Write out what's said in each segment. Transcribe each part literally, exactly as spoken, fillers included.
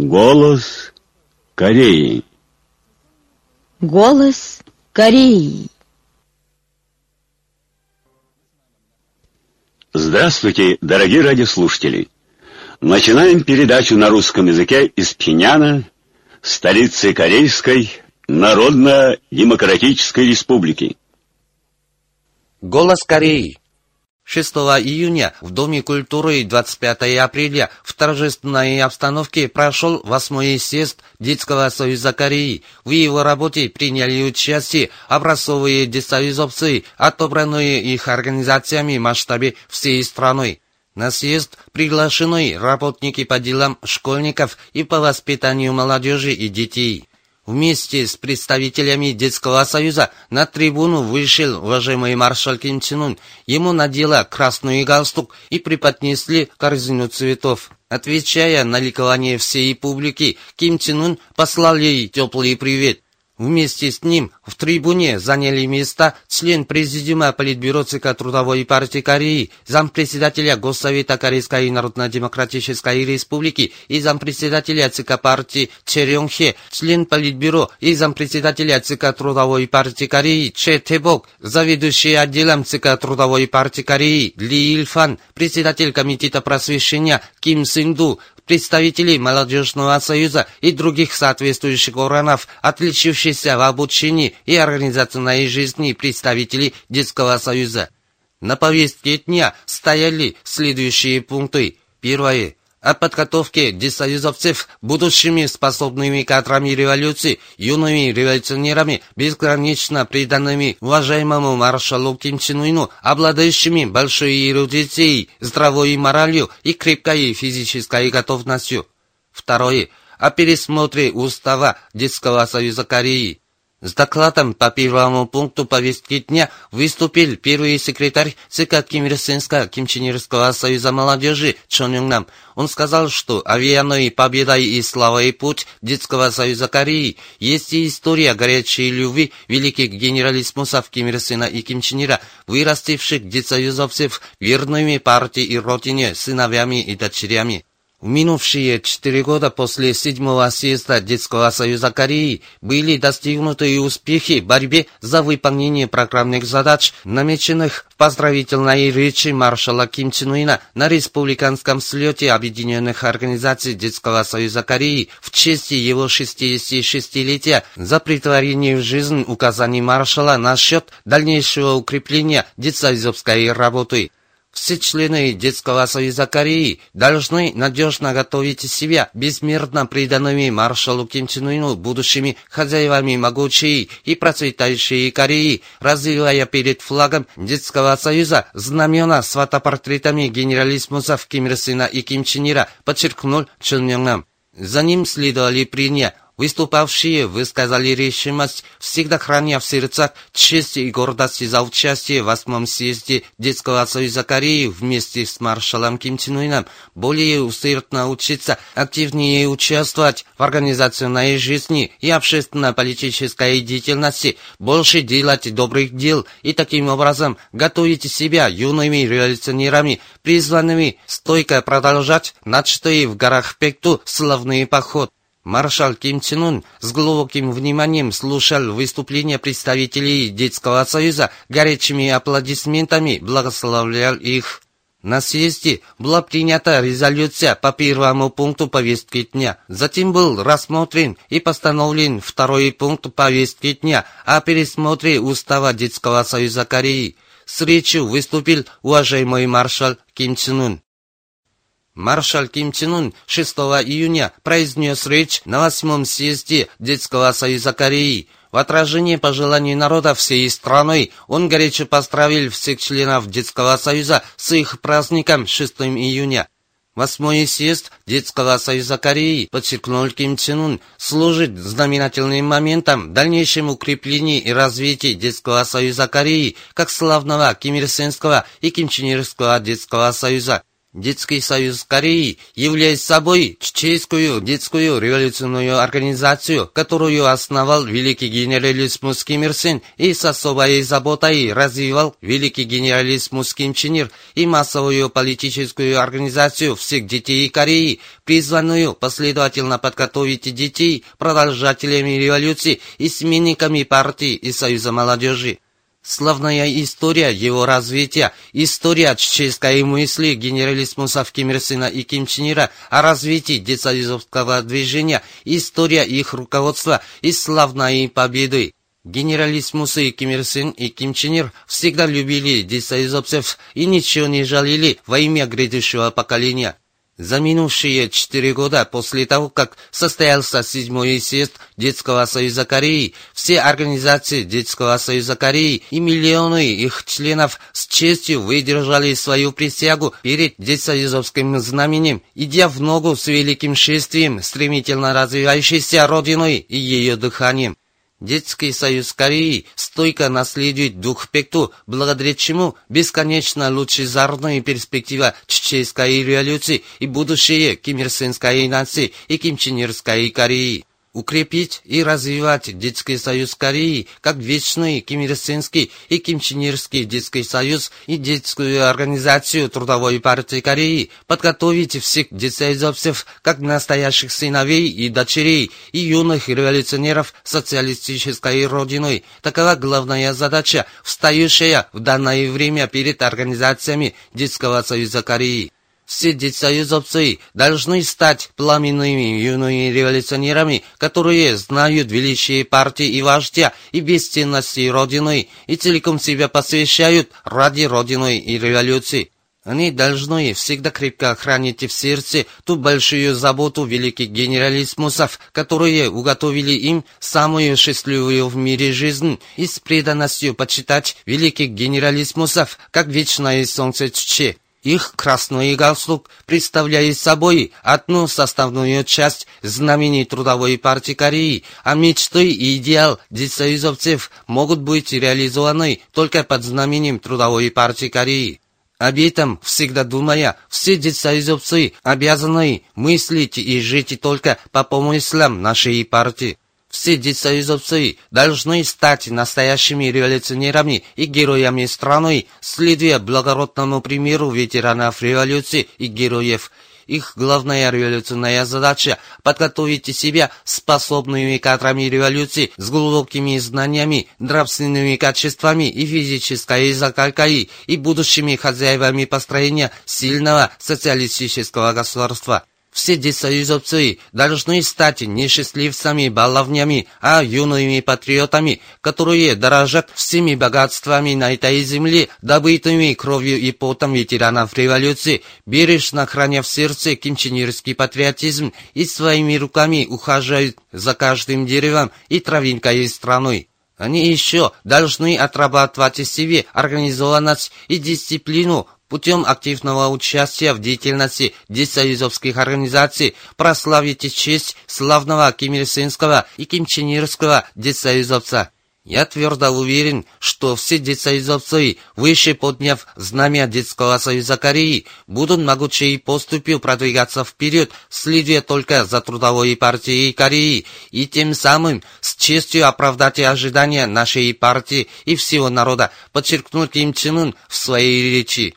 Голос Кореи. Голос Кореи. Здравствуйте, дорогие радиослушатели! Начинаем передачу на русском языке из Пхеньяна, столицы Корейской Народно-Демократической Республики. Голос Кореи. шестого июня в Доме культуры двадцать пятого апреля в торжественной обстановке прошел восьмой съезд Детского союза Кореи. В его работе приняли участие образцовые детсоюзовцы, отобранные их организациями в масштабе всей страны. На съезд приглашены работники по делам школьников и по воспитанию молодежи и детей. Вместе с представителями Детского союза на трибуну вышел уважаемый маршал Ким Чен Ын. Ему надела красный галстук и преподнесли корзину цветов. Отвечая на ликование всей публики, Ким Чен Ын послал ей теплый привет. Вместе с ним в трибуне заняли места член Президиума Политбюро ЦК Трудовой партии Кореи, зампредседателя Госсовета Корейской Народно-Демократической Республики и зампредседателя ЦК партии Чэ Рёнг Хе, член Политбюро и зампредседателя ЦК Трудовой партии Кореи Чэ Тэ-бок, заведующий отделом ЦК Трудовой партии Кореи Ли Ил-фан, председатель комитета просвещения Ким Син-ду, представителей молодежного союза и других соответствующих органов, отличившихся в обучении и организационной жизни представителей Детского союза. На повестке дня стояли следующие пункты. Первое. О подготовке детсоюзовцев будущими способными кадрами революции, юными революционерами, безгранично преданными уважаемому маршалу Ким Чен Ыну, обладающими большой эрудицией, здравой моралью и крепкой физической готовностью. Второе. О пересмотре устава Детского союза Кореи. С докладом по первому пункту повестки дня выступил первый секретарь ЦК Кимирсенско-Кимченерского союза молодежи Чон Юнг Нам. Он сказал, что овеянной победой и славой путь Детского союза Кореи есть и история горячей любви великих генералиссимусов Ким Ир Сена и Ким Чен Ира, вырастивших детсоюзовцев верными партии и родине, сыновьями и дочерями. В минувшие четыре года после седьмого съезда Детского союза Кореи были достигнуты успехи в борьбе за выполнение программных задач, намеченных в поздравительной речи маршала Ким Чен Ына на республиканском слете Объединенных организаций Детского союза Кореи в честь его шестидесятишестилетия за претворение в жизнь указаний маршала насчет дальнейшего укрепления детсоюзовской работы. Все члены Детского союза Кореи должны надежно готовить себя безмерно преданными маршалу Ким Чен Ыну будущими хозяевами могучей и процветающей Кореи, развивая перед флагом Детского союза знамена с фотопортретами генералиссимусов Ким Ир Сена и Ким Чен Ира, подчеркнул Чон Юнг Нам. За ним следовали прения. Выступавшие высказали решимость, всегда храня в сердцах честь и гордость за участие в восьмом съезде Детского союза Кореи вместе с маршалом Ким Чен Ыном, более усердно учиться, активнее участвовать в организационной жизни и общественно-политической деятельности, больше делать добрых дел и таким образом готовить себя юными революционерами, призванными стойко продолжать начатый в горах Пекту славный поход. Маршал Ким Чен Ын с глубоким вниманием слушал выступления представителей Детского союза, горячими аплодисментами благословлял их. На съезде была принята резолюция по первому пункту повестки дня. Затем был рассмотрен и постановлен второй пункт повестки дня о пересмотре устава Детского союза Кореи. С речью выступил уважаемый маршал Ким Чен Ын. Маршал Ким Чен Ын шестого июня произнес речь на восьмом съезде Детского союза Кореи. В отражении пожеланий народа всей страны он горячо поздравил всех членов Детского союза с их праздником шестого июня. Восьмой съезд Детского союза Кореи, подчеркнул Ким Чен Ын, служит знаменательным моментом в дальнейшем укреплении и развитии Детского союза Кореи как славного Кимирсенского и Кимченерского Детского союза. Детский союз Кореи является собой чеченскую детскую революционную организацию, которую основал великий генералиссимус Ким Ир Сен и с особой заботой развивал великий генералиссимус Ким Чен Ир, и массовую политическую организацию всех детей Кореи, призванную последовательно подготовить детей продолжателями революции и сменниками партии и союза молодежи. Славная история его развития, история чеченской мысли генералиссимусов Ким Ир Сена и Ким Чен Ира о развитии детсоюзовского движения, история их руководства и славной победы. Генералиссимусы Ким Ир Сен и Ким Чен Ир всегда любили детсоюзовцев и ничего не жалели во имя грядущего поколения. За минувшие четыре года после того, как состоялся седьмой съезд Детского союза Кореи, все организации Детского союза Кореи и миллионы их членов с честью выдержали свою присягу перед детсоюзовским знаменем, идя в ногу с великим шествием, стремительно развивающейся Родиной и ее дыханием. Детский союз Кореи стойко наследует дух Пекту, благодаря чему бесконечно лучезарная перспектива чеченской революции и будущее Ким Ир Сенской нации и Ким Чен Ирской Кореи. Укрепить и развивать Детский союз Кореи как вечный Ким Ир Сенский и Ким Чен Ирский детский союз и детскую организацию Трудовой партии Кореи, подготовить всех детсоюзовцев как настоящих сыновей и дочерей и юных революционеров социалистической родиной. Такова главная задача, встающая в данное время перед организациями Детского союза Кореи. Все детсоюзовцы должны стать пламенными юными революционерами, которые знают величие партии и вождя и бесценности Родины и целиком себя посвящают ради Родины и революции. Они должны всегда крепко хранить в сердце ту большую заботу великих генералиссимусов, которые уготовили им самую счастливую в мире жизнь, и с преданностью почитать великих генералиссимусов как вечное солнце Чече. Их красный галстук представляет собой одну составную часть знамени Трудовой партии Кореи, а мечты и идеал детсоюзовцев могут быть реализованы только под знаменем Трудовой партии Кореи. Об этом всегда думая, все детсоюзовцы обязаны мыслить и жить только по помыслам нашей партии. Все детсоюзовцы должны стать настоящими революционерами и героями страны, следуя благородному примеру ветеранов революции и героев. Их главная революционная задача – подготовить себя способными кадрами революции с глубокими знаниями, нравственными качествами и физической закалкой и будущими хозяевами построения сильного социалистического государства. Все детсоюзовцы должны стать не счастливцами-баловнями, а юными патриотами, которые дорожат всеми богатствами на этой земле, добытыми кровью и потом ветеранов революции, бережно храня в сердце кимченерский патриотизм и своими руками ухаживают за каждым деревом и травинкой и страной. Они еще должны отрабатывать в себе организованность и дисциплину, путем активного участия в деятельности детсоюзовских организаций, прославить честь славного Ким Ир Сенского и Ким Чен Ирского детсоюзовца. Я твердо уверен, что все детсоюзовцы, выше подняв знамя Детского союза Кореи, будут могучей поступью продвигаться вперед, следуя только за Трудовой партией Кореи, и тем самым с честью оправдать ожидания нашей партии и всего народа, подчеркнул Ким Чен Ын в своей речи.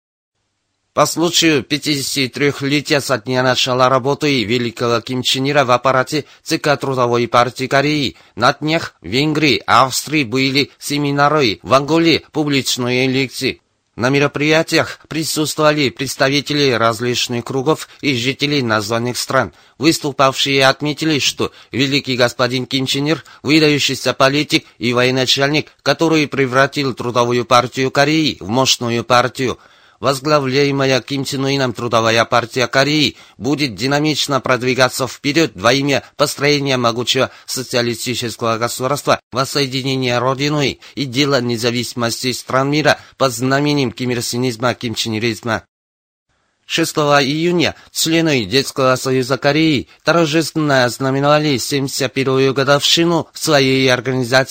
По случаю пятидесятитрёхлетия со дня начала работы великого Ким Чен Ира в аппарате ЦК Трудовой партии Кореи на днях в Венгрии, Австрии были семинары, в Анголе публичные лекции. На мероприятиях присутствовали представители различных кругов и жителей названных стран. Выступавшие отметили, что великий господин Ким Чен Ир – выдающийся политик и военачальник, который превратил Трудовую партию Кореи в мощную партию. Возглавляемая Ким Чен Ыном Трудовая партия Кореи будет динамично продвигаться вперед во имя построения могучего социалистического государства, воссоединения Родины и дела независимости стран мира под знаменем кимирсинизма, кимченеризма. шестого июня члены Детского союза Кореи торжественно ознаменовали семьдесят первую годовщину своей организации.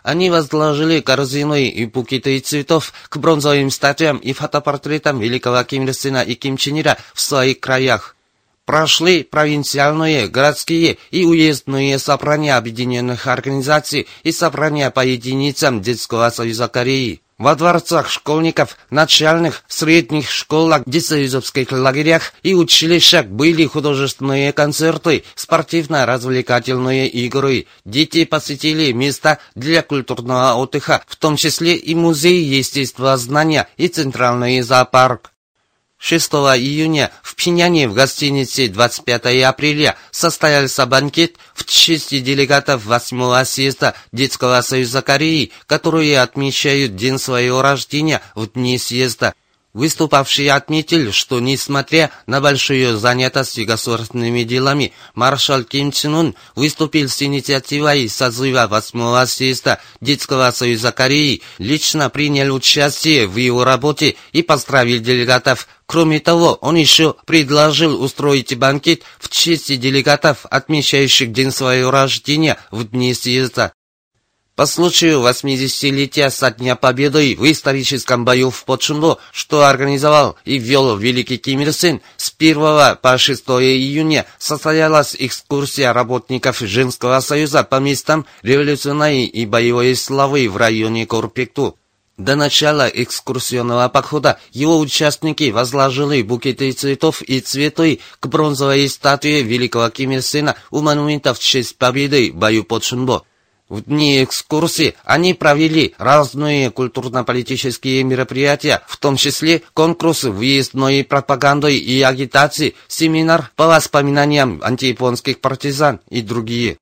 Они возложили корзины и букеты цветов к бронзовым статуям и фотопортретам великого Ким Ир Сена и Ким Чен Ира в своих краях. Прошли провинциальные, городские и уездные собрания объединенных организаций и собрания по единицам Детского союза Кореи. Во дворцах школьников, начальных, средних школах, детсоюзовских лагерях и училищах были художественные концерты, спортивно-развлекательные игры. Дети посетили места для культурного отдыха, в том числе и музей естествознания и центральный зоопарк. шестого июня в Пхеньяне в гостинице двадцать пятого апреля состоялся банкет в честь делегатов восьмого съезда Детского союза Кореи, которые отмечают день своего рождения в дни съезда. Выступавшие отметили, что несмотря на большую занятость государственными делами, маршал Ким Чен Ын выступил с инициативой созыва восьмого съезда Детского союза Кореи, лично принял участие в его работе и поздравил делегатов. Кроме того, он еще предложил устроить банкет в честь делегатов, отмечающих день своего рождения в дни съезда. По случаю восьмидесятилетия со Дня Победы в историческом бою в Починло, что организовал и ввел великий Ким Ир Сен, с первого по шестого июня состоялась экскурсия работников Женского союза по местам революционной и боевой славы в районе Корпекту. До начала экскурсионного похода его участники возложили букеты цветов и цветы к бронзовой статуе великого Ким Ир Сена у монумента в честь победы в бою под Чунбо. В дни экскурсии они провели разные культурно-политические мероприятия, в том числе конкурсы въездной пропаганды и агитации, семинар по воспоминаниям антияпонских партизан и другие.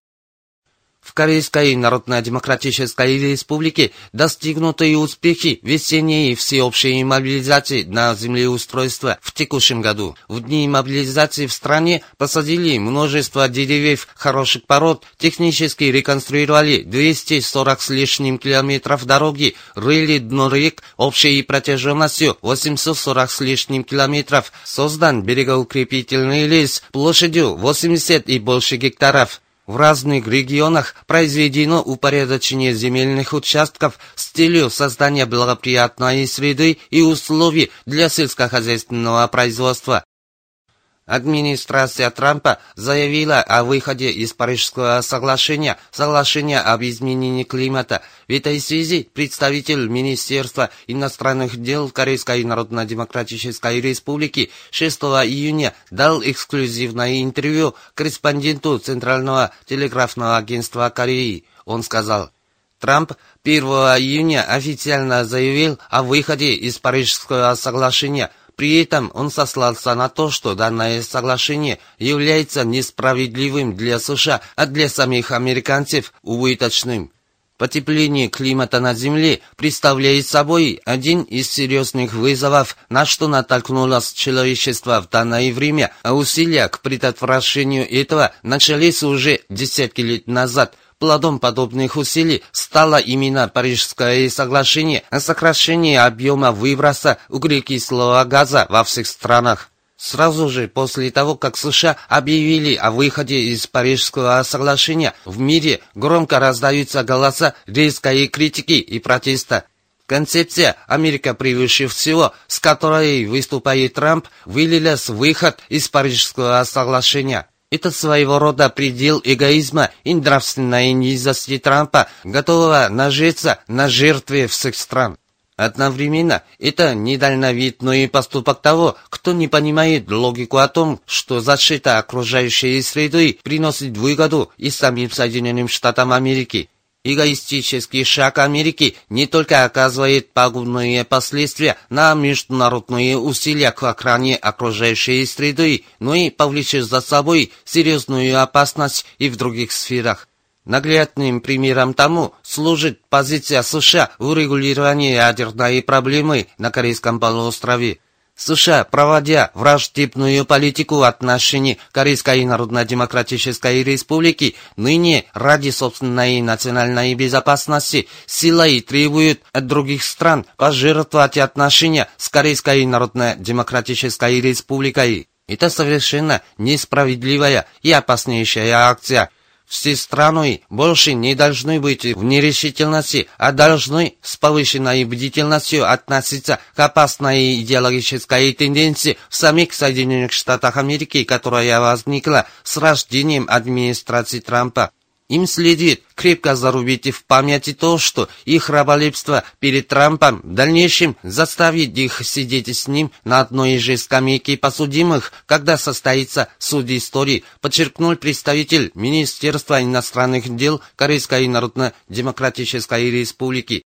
В Корейской Народно-Демократической Республике достигнуты успехи весенней всеобщей мобилизации на землеустройство в текущем году. В дни мобилизации в стране посадили множество деревьев хороших пород, технически реконструировали двести сорок с лишним километров дороги, рыли дно рек общей протяженностью восемьсот сорок с лишним километров, создан берегоукрепительный лес площадью восемьдесят и больше гектаров. В разных регионах произведено упорядочение земельных участков с целью создания благоприятной среды и условий для сельскохозяйственного производства. Администрация Трампа заявила о выходе из Парижского соглашения, соглашения об изменении климата. В этой связи представитель Министерства иностранных дел Корейской Народно-Демократической Республики шестого июня дал эксклюзивное интервью корреспонденту Центрального телеграфного агентства Кореи. Он сказал: Трамп первого июня официально заявил о выходе из Парижского соглашения. При этом он сослался на то, что данное соглашение является несправедливым для США, а для самих американцев убыточным. Потепление климата на Земле представляет собой один из серьезных вызовов, на что натолкнулось человечество в данное время, а усилия к предотвращению этого начались уже десятки лет назад. Плодом подобных усилий стало именно Парижское соглашение о сокращении объема выброса углекислого газа во всех странах. Сразу же после того, как США объявили о выходе из Парижского соглашения, в мире громко раздаются голоса резкой критики и протеста. Концепция «Америка превыше всего», с которой выступает Трамп, вылилась в выход из Парижского соглашения. Это своего рода предел эгоизма и нравственной низости Трампа, готового нажиться на жертве всех стран. Одновременно это недальновидный поступок того, кто не понимает логику о том, что защита окружающей среды приносит выгоду и самим Соединенным Штатам Америки. Эгоистический шаг Америки не только оказывает пагубные последствия на международные усилия к охране окружающей среды, но и повлечет за собой серьезную опасность и в других сферах. Наглядным примером тому служит позиция США в урегулировании ядерной проблемы на Корейском полуострове. США, проводя враждебную политику в отношении Корейской Народно-Демократической Республики, ныне ради собственной национальной безопасности силой требуют от других стран пожертвовать отношения с Корейской Народно-Демократической Республикой. Это совершенно несправедливая и опаснейшая акция. Все страны больше не должны быть в нерешительности, а должны с повышенной бдительностью относиться к опасной идеологической тенденции в самих Соединенных Штатах Америки, которая возникла с рождением администрации Трампа. Им следует крепко зарубить в памяти то, что их раболепство перед Трампом в дальнейшем заставит их сидеть с ним на одной же скамейке подсудимых, когда состоится суд истории, подчеркнул представитель Министерства иностранных дел Корейской Народно-Демократической Республики.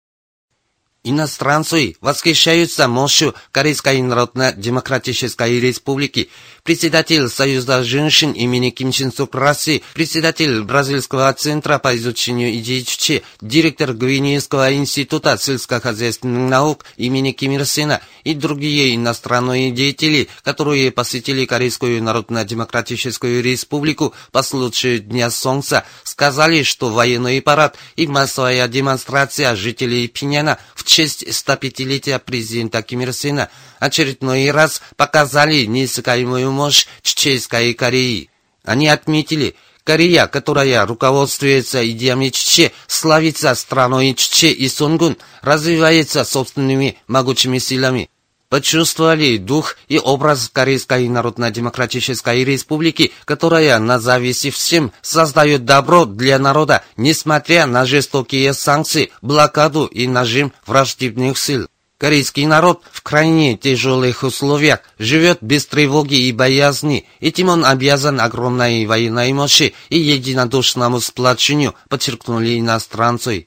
Иностранцы восхищаются мощью Корейской Народно-Демократической Республики. Председатель Союза женщин имени Ким Чен Сок России, председатель Бразильского центра по изучению идей Чучхе, директор Гвинейского института сельскохозяйственных наук имени Ким Ир Сена и другие иностранные деятели, которые посетили Корейскую Народно-Демократическую Республику по случаю Дня Солнца, сказали, что военный парад и массовая демонстрация жителей Пхеньяна в честь стопятилетия президента Ким Ир Сена очередной раз показали неиссякаемую мощь Чучхейской Кореи. Они отметили, Корея, которая руководствуется идеями Чучхе, славится страной Чучхе и Сонгун, развивается собственными могучими силами. Почувствовали дух и образ Корейской Народно-Демократической Республики, которая, назависив всем, создает добро для народа, несмотря на жестокие санкции, блокаду и нажим враждебных сил. Корейский народ в крайне тяжелых условиях живет без тревоги и боязни, этим он обязан огромной военной мощи и единодушному сплочению, подчеркнули иностранцы.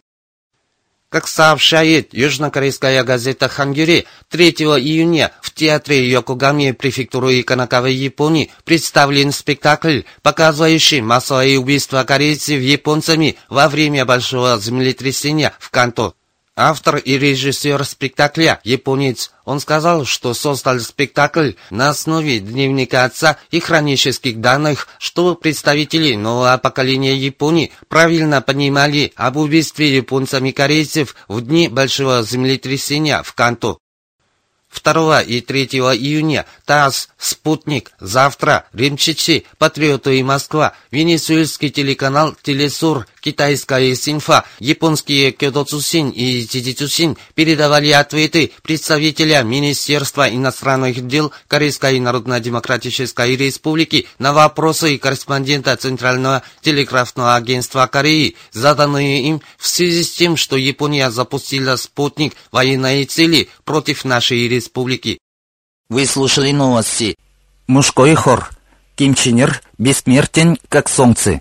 Как сообщает южнокорейская газета «Хангюри», третьего июня в театре Йокогаме префектуры Канакавы Японии представлен спектакль, показывающий массовое убийство корейцев японцами во время большого землетрясения в Канто. Автор и режиссер спектакля – японец. Он сказал, что создал спектакль на основе дневника отца и хронических данных, чтобы представители нового поколения Японии правильно понимали об убийстве японцами корейцев в дни большого землетрясения в Канто. второго и третьего июня ТАСС, Спутник, Завтра, Римчичи, Патриоты и Москва, Венесуэльский телеканал Телесур, Китайская Синфа, японские Кёдо Цусин и Тиди Цусин передавали ответы представителя Министерства иностранных дел Корейской Народно-Демократической Республики на вопросы корреспондента Центрального телеграфного агентства Кореи, заданные им в связи с тем, что Япония запустила спутник военной цели против нашей республики. Вы слушали новости. Мужской хор. Ким Чен Ир бессмертен, как солнце.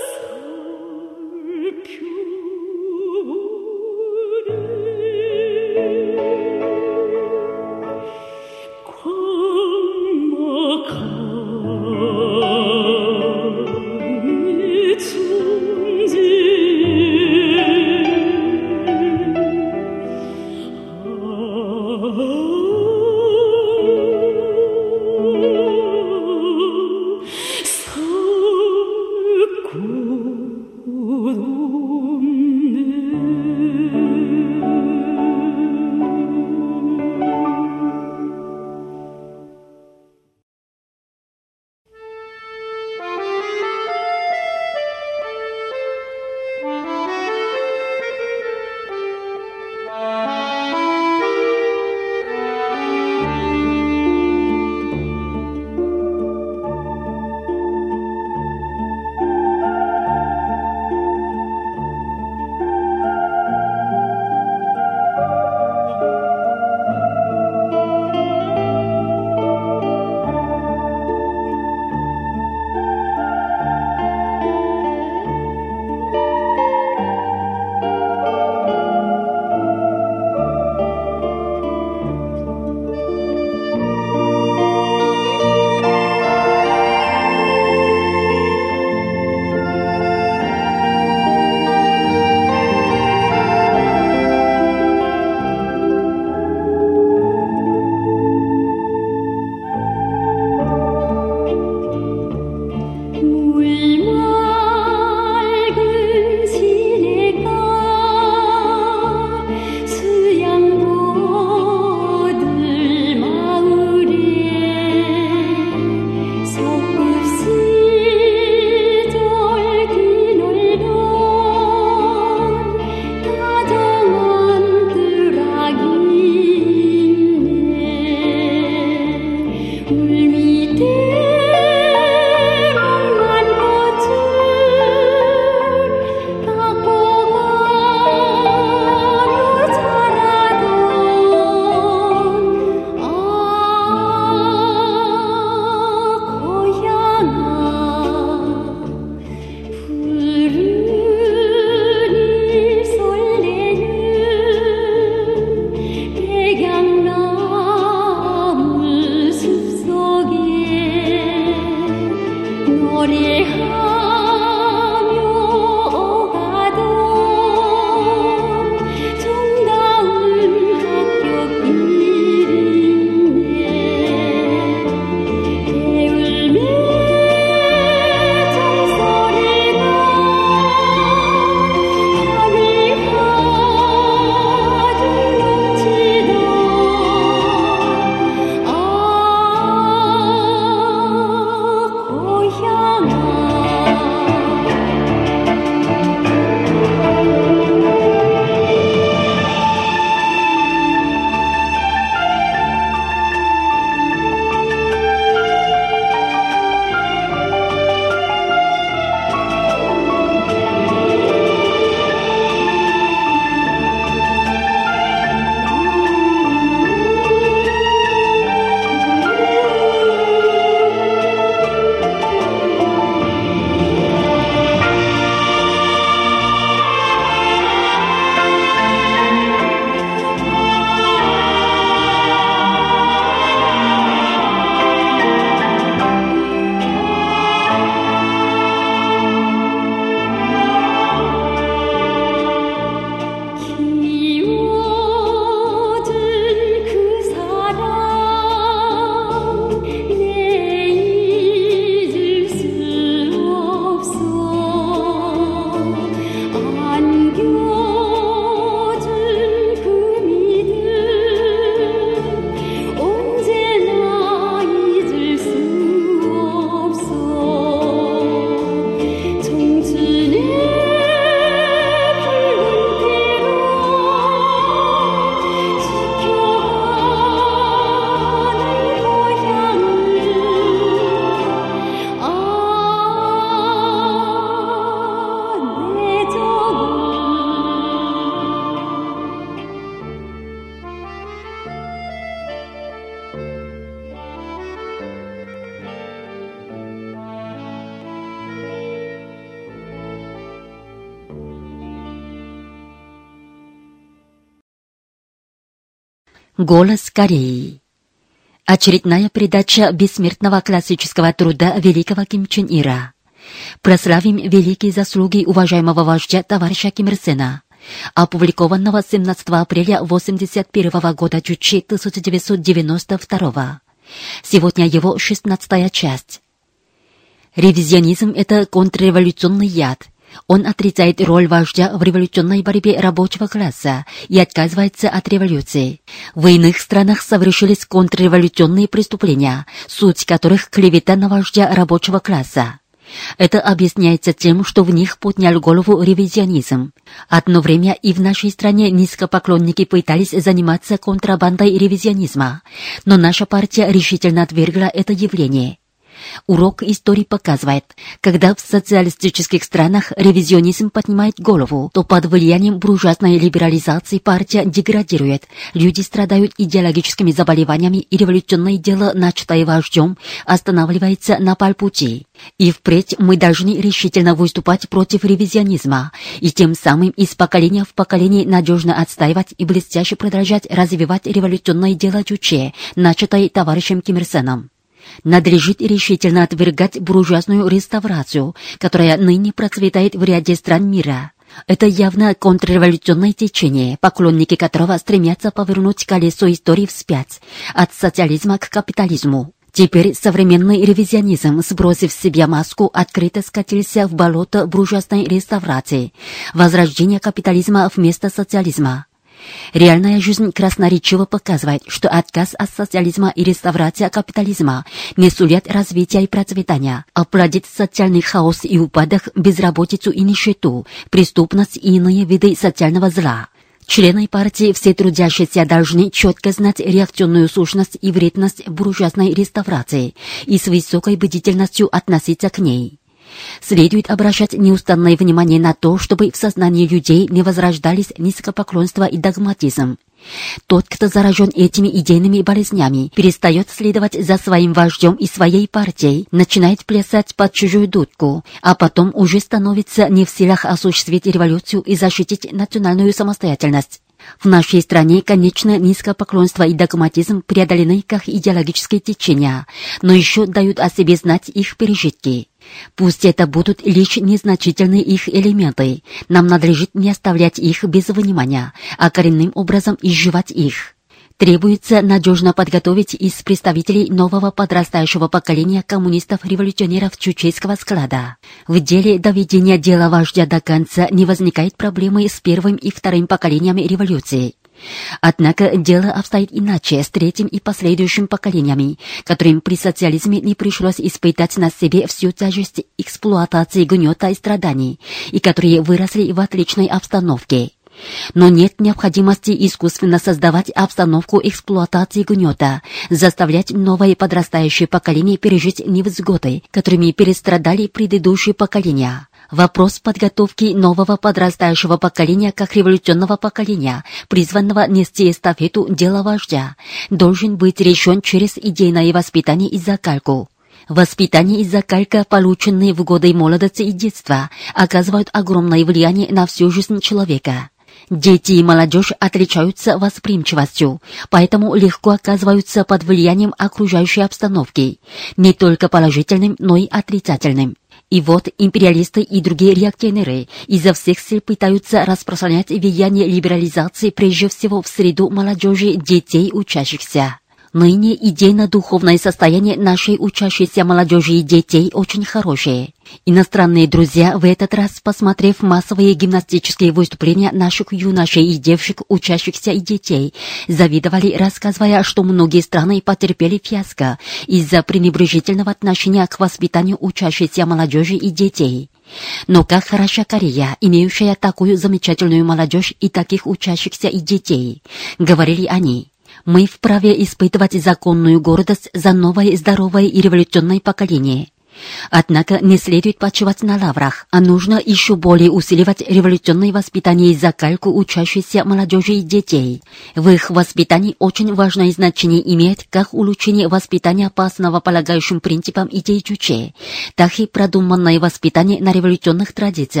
Голос Кореи. Очередная передача бессмертного классического труда великого Ким Чен Ира. Прославим великие заслуги уважаемого вождя товарища Ким Ир Сена, опубликованного семнадцатого апреля восемьдесят первого года Чучи тысяча девятьсот девяносто второго. Сегодня его шестнадцатая часть. Ревизионизм — это контрреволюционный яд. Он отрицает роль вождя в революционной борьбе рабочего класса и отказывается от революции. В иных странах совершились контрреволюционные преступления, суть которых клевета на вождя рабочего класса. Это объясняется тем, что в них поднял голову ревизионизм. Одно время и в нашей стране низкопоклонники пытались заниматься контрабандой ревизионизма, но наша партия решительно отвергла это явление. Урок истории показывает, когда в социалистических странах ревизионизм поднимает голову, то под влиянием буржуазной либерализации партия деградирует, люди страдают идеологическими заболеваниями и революционное дело, начатое вождем, останавливается на полпути. И впредь мы должны решительно выступать против ревизионизма и тем самым из поколения в поколение надежно отстаивать и блестяще продолжать развивать революционное дело Чуче, начатое товарищем Ким Ир Сеном. Надлежит решительно отвергать буржуазную реставрацию, которая ныне процветает в ряде стран мира. Это явно контрреволюционное течение, поклонники которого стремятся повернуть колесо истории вспять, от социализма к капитализму. Теперь современный ревизионизм, сбросив с себя маску, открыто скатился в болото буржуазной реставрации, возрождения капитализма вместо социализма. Реальная жизнь красноречиво показывает, что отказ от социализма и реставрация капитализма не сулят развития и процветания, а плодит социальный хаос и упадок, безработицу и нищету, преступность и иные виды социального зла. Члены партии все трудящиеся должны четко знать реакционную сущность и вредность буржуазной реставрации и с высокой бдительностью относиться к ней. Следует обращать неустанное внимание на то, чтобы в сознании людей не возрождались низкопоклонство и догматизм. Тот, кто заражен этими идейными болезнями, перестает следовать за своим вождем и своей партией, начинает плясать под чужую дудку, а потом уже становится не в силах осуществить революцию и защитить национальную самостоятельность. В нашей стране, конечно, низкопоклонство и догматизм преодолены как идеологические течения, но еще дают о себе знать их пережитки. Пусть это будут лишь незначительные их элементы, нам надлежит не оставлять их без внимания, а коренным образом изживать их. Требуется надежно подготовить из представителей нового подрастающего поколения коммунистов-революционеров чучейского склада. В деле доведения дела вождя до конца не возникает проблемы с первым и вторым поколениями революции. Однако дело обстоит иначе с третьим и последующим поколениями, которым при социализме не пришлось испытать на себе всю тяжесть эксплуатации, гнета и страданий, и которые выросли в отличной обстановке. Но нет необходимости искусственно создавать обстановку эксплуатации гнета, заставлять новое подрастающее поколение пережить невзгоды, которыми перестрадали предыдущие поколения. Вопрос подготовки нового подрастающего поколения как революционного поколения, призванного нести эстафету дела вождя, должен быть решен через идейное воспитание и закалку. Воспитание и закалка, полученные в годы молодости и детства, оказывают огромное влияние на всю жизнь человека. Дети и молодежь отличаются восприимчивостью, поэтому легко оказываются под влиянием окружающей обстановки, не только положительным, но и отрицательным. И вот империалисты и другие реакционеры изо всех сил пытаются распространять влияние либерализации прежде всего в среду молодежи, детей, учащихся. Ныне идейно-духовное состояние нашей учащейся молодежи и детей очень хорошее. Иностранные друзья в этот раз, посмотрев массовые гимнастические выступления наших юношей и девушек, учащихся и детей, завидовали, рассказывая, что многие страны потерпели фиаско из-за пренебрежительного отношения к воспитанию учащейся молодежи и детей. Но как хороша Корея, имеющая такую замечательную молодежь и таких учащихся и детей, говорили они. Мы вправе испытывать законную гордость за новое здоровое и революционное поколение. Однако не следует почивать на лаврах, а нужно еще более усиливать революционное воспитание и закалку учащейся молодежи и детей. В их воспитании очень важное значение имеет как улучшение воспитания по основополагающим принципам идей Чуче, так и продуманное воспитание на революционных традициях.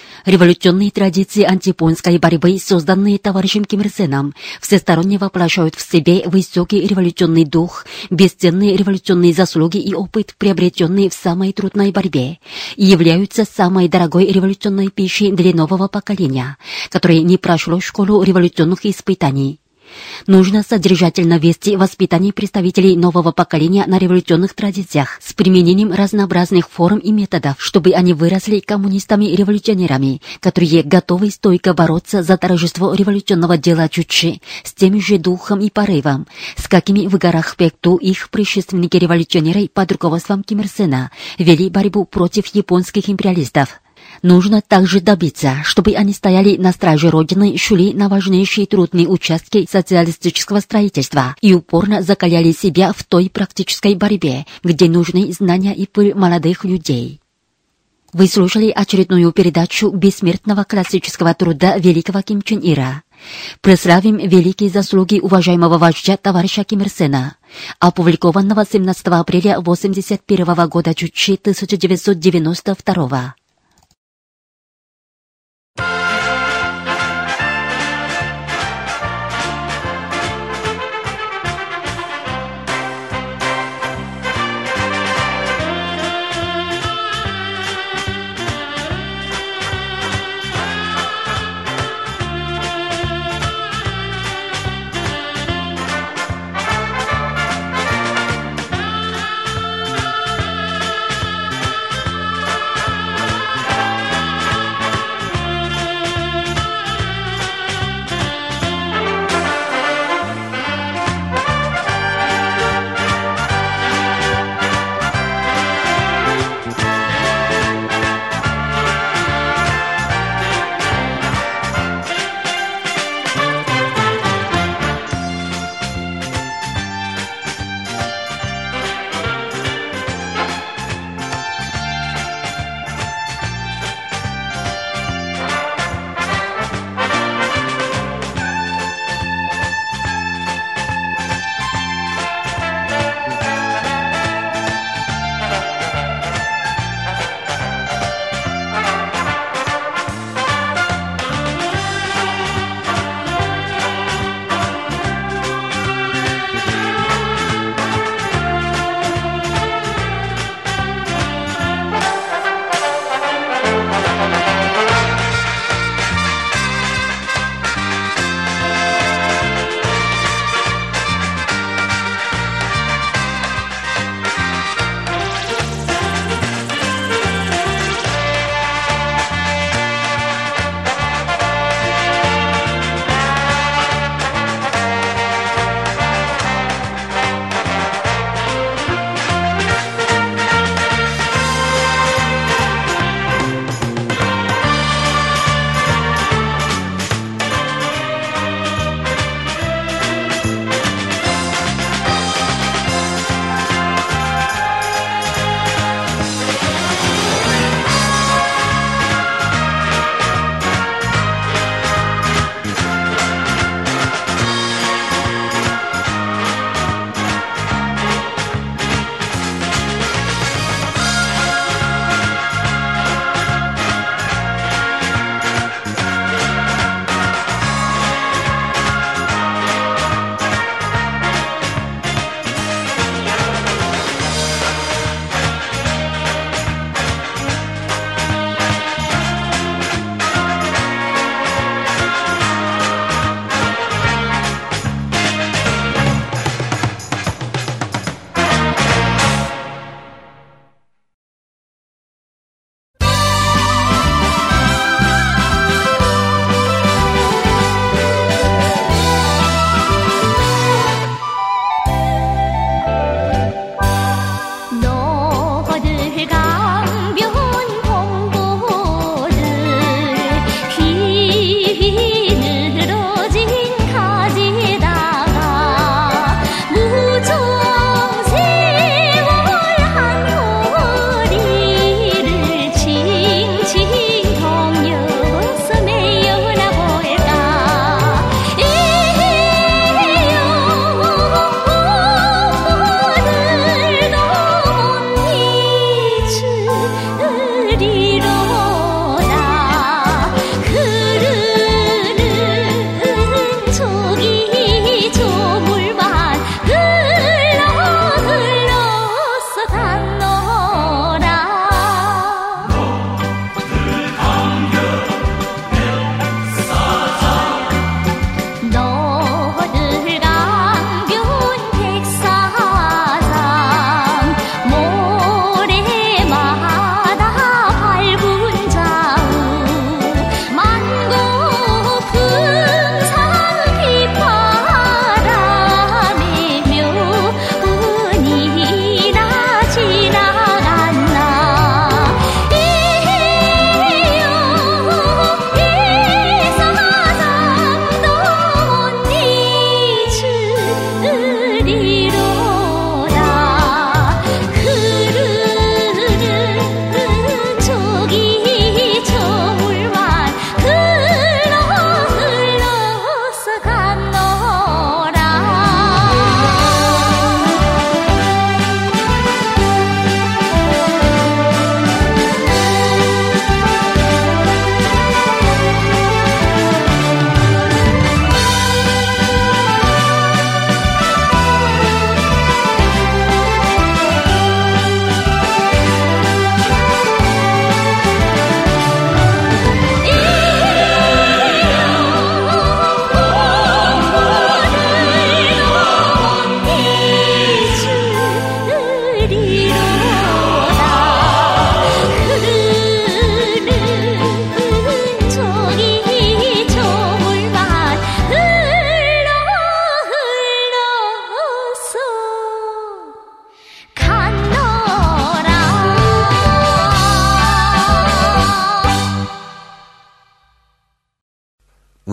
Революционные традиции антияпонской борьбы, созданные товарищем Ким Ир Сеном, всесторонне воплощают в себе высокий революционный дух, бесценные революционные заслуги и опыт, приобретенный в самой трудной борьбе, и являются самой дорогой революционной пищей для нового поколения, которое не прошло школу революционных испытаний. Нужно содержательно вести воспитание представителей нового поколения на революционных традициях с применением разнообразных форм и методов, чтобы они выросли коммунистами-революционерами, которые готовы стойко бороться за торжество революционного дела Чучжи с тем же духом и порывом, с какими в горах Пекту их предшественники-революционеры под руководством Ким Ир Сена вели борьбу против японских империалистов. Нужно также добиться, чтобы они стояли на страже Родины, шли на важнейшие трудные участки социалистического строительства и упорно закаляли себя в той практической борьбе, где нужны знания и пыль молодых людей. Вы слушали очередную передачу бессмертного классического труда великого Ким Чен Ира. Прославим великие заслуги уважаемого вождя товарища Ким Ир Сена, опубликованного семнадцатого апреля восемьдесят первого года Чучжи тысяча девятьсот девяносто второго.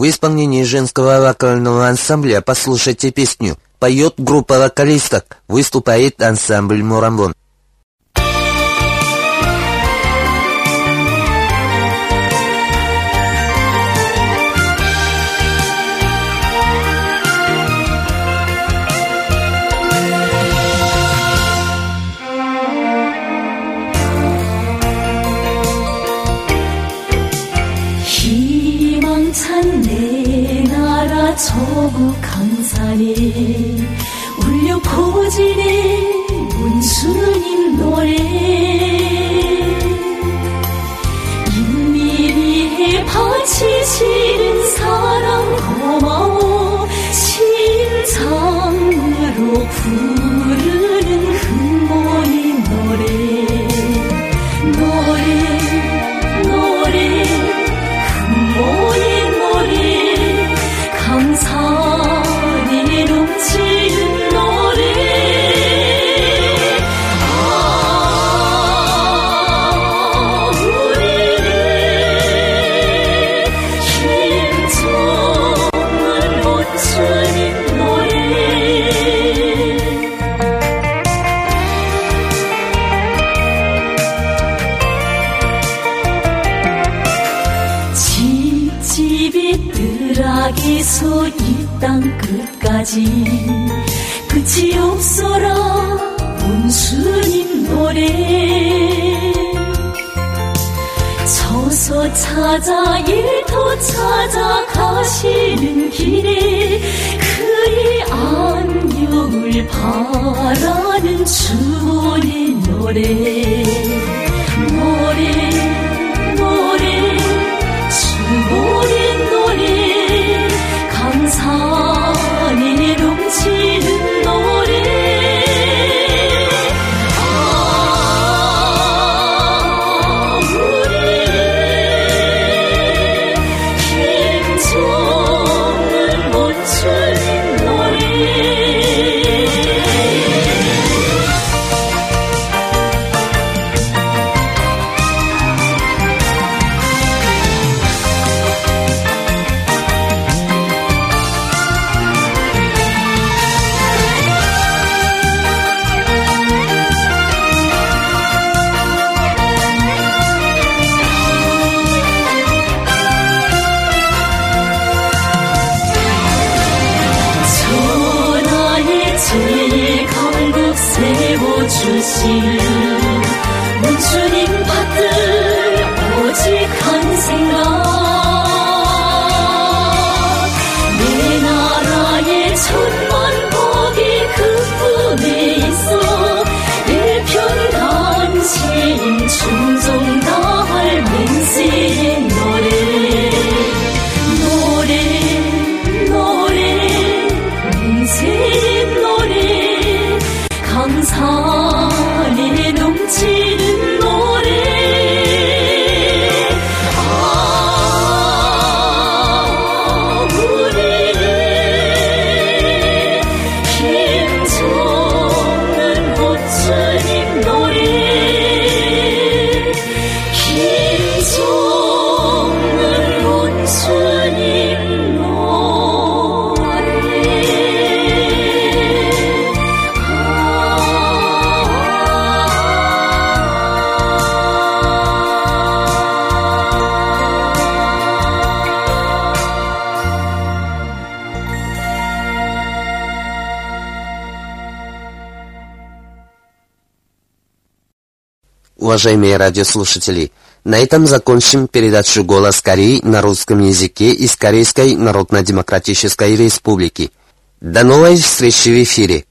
исполнении женского вокального ансамбля «Послушайте песню» поет группа вокалисток, выступает ансамбль «Мурамбон». 희망찬 내 나라 조국 강산에 울려 퍼지네 문수님 노래 인민위에 바치시는 사랑 고마워 심장으로 부르는 흥모의 노래 노래 노래 흥모의 노래 강산에 넘치는 노래 아 우리는 힘정을 멈추는 노래 집집이 뜨락에서 이 땅 끝까지 끝이 없어라 문수님 노래 서서 찾아 일터 찾아 가시는 길에 그의 안녕을 바라는 주의 노래 노래 노래 주의 노래 강산에 넘치는 노래 아 우리는 힘정을 멈추는 노래 천하의 제일 강국 세워주신 문수님 받들 오직 한 생각 내 나라의 천만 복이 그뿐에 있어 일편단심 충성 다할 맹세의 노래 노래 노래 맹세의 노래 강산에 넘치는 노래 아 우리는 힘정을 멈추는 노래 힘정을 멈추는 Уважаемые радиослушатели, на этом закончим передачу «Голос Кореи» на русском языке из Корейской Народно-Демократической Республики. До новой встречи в эфире!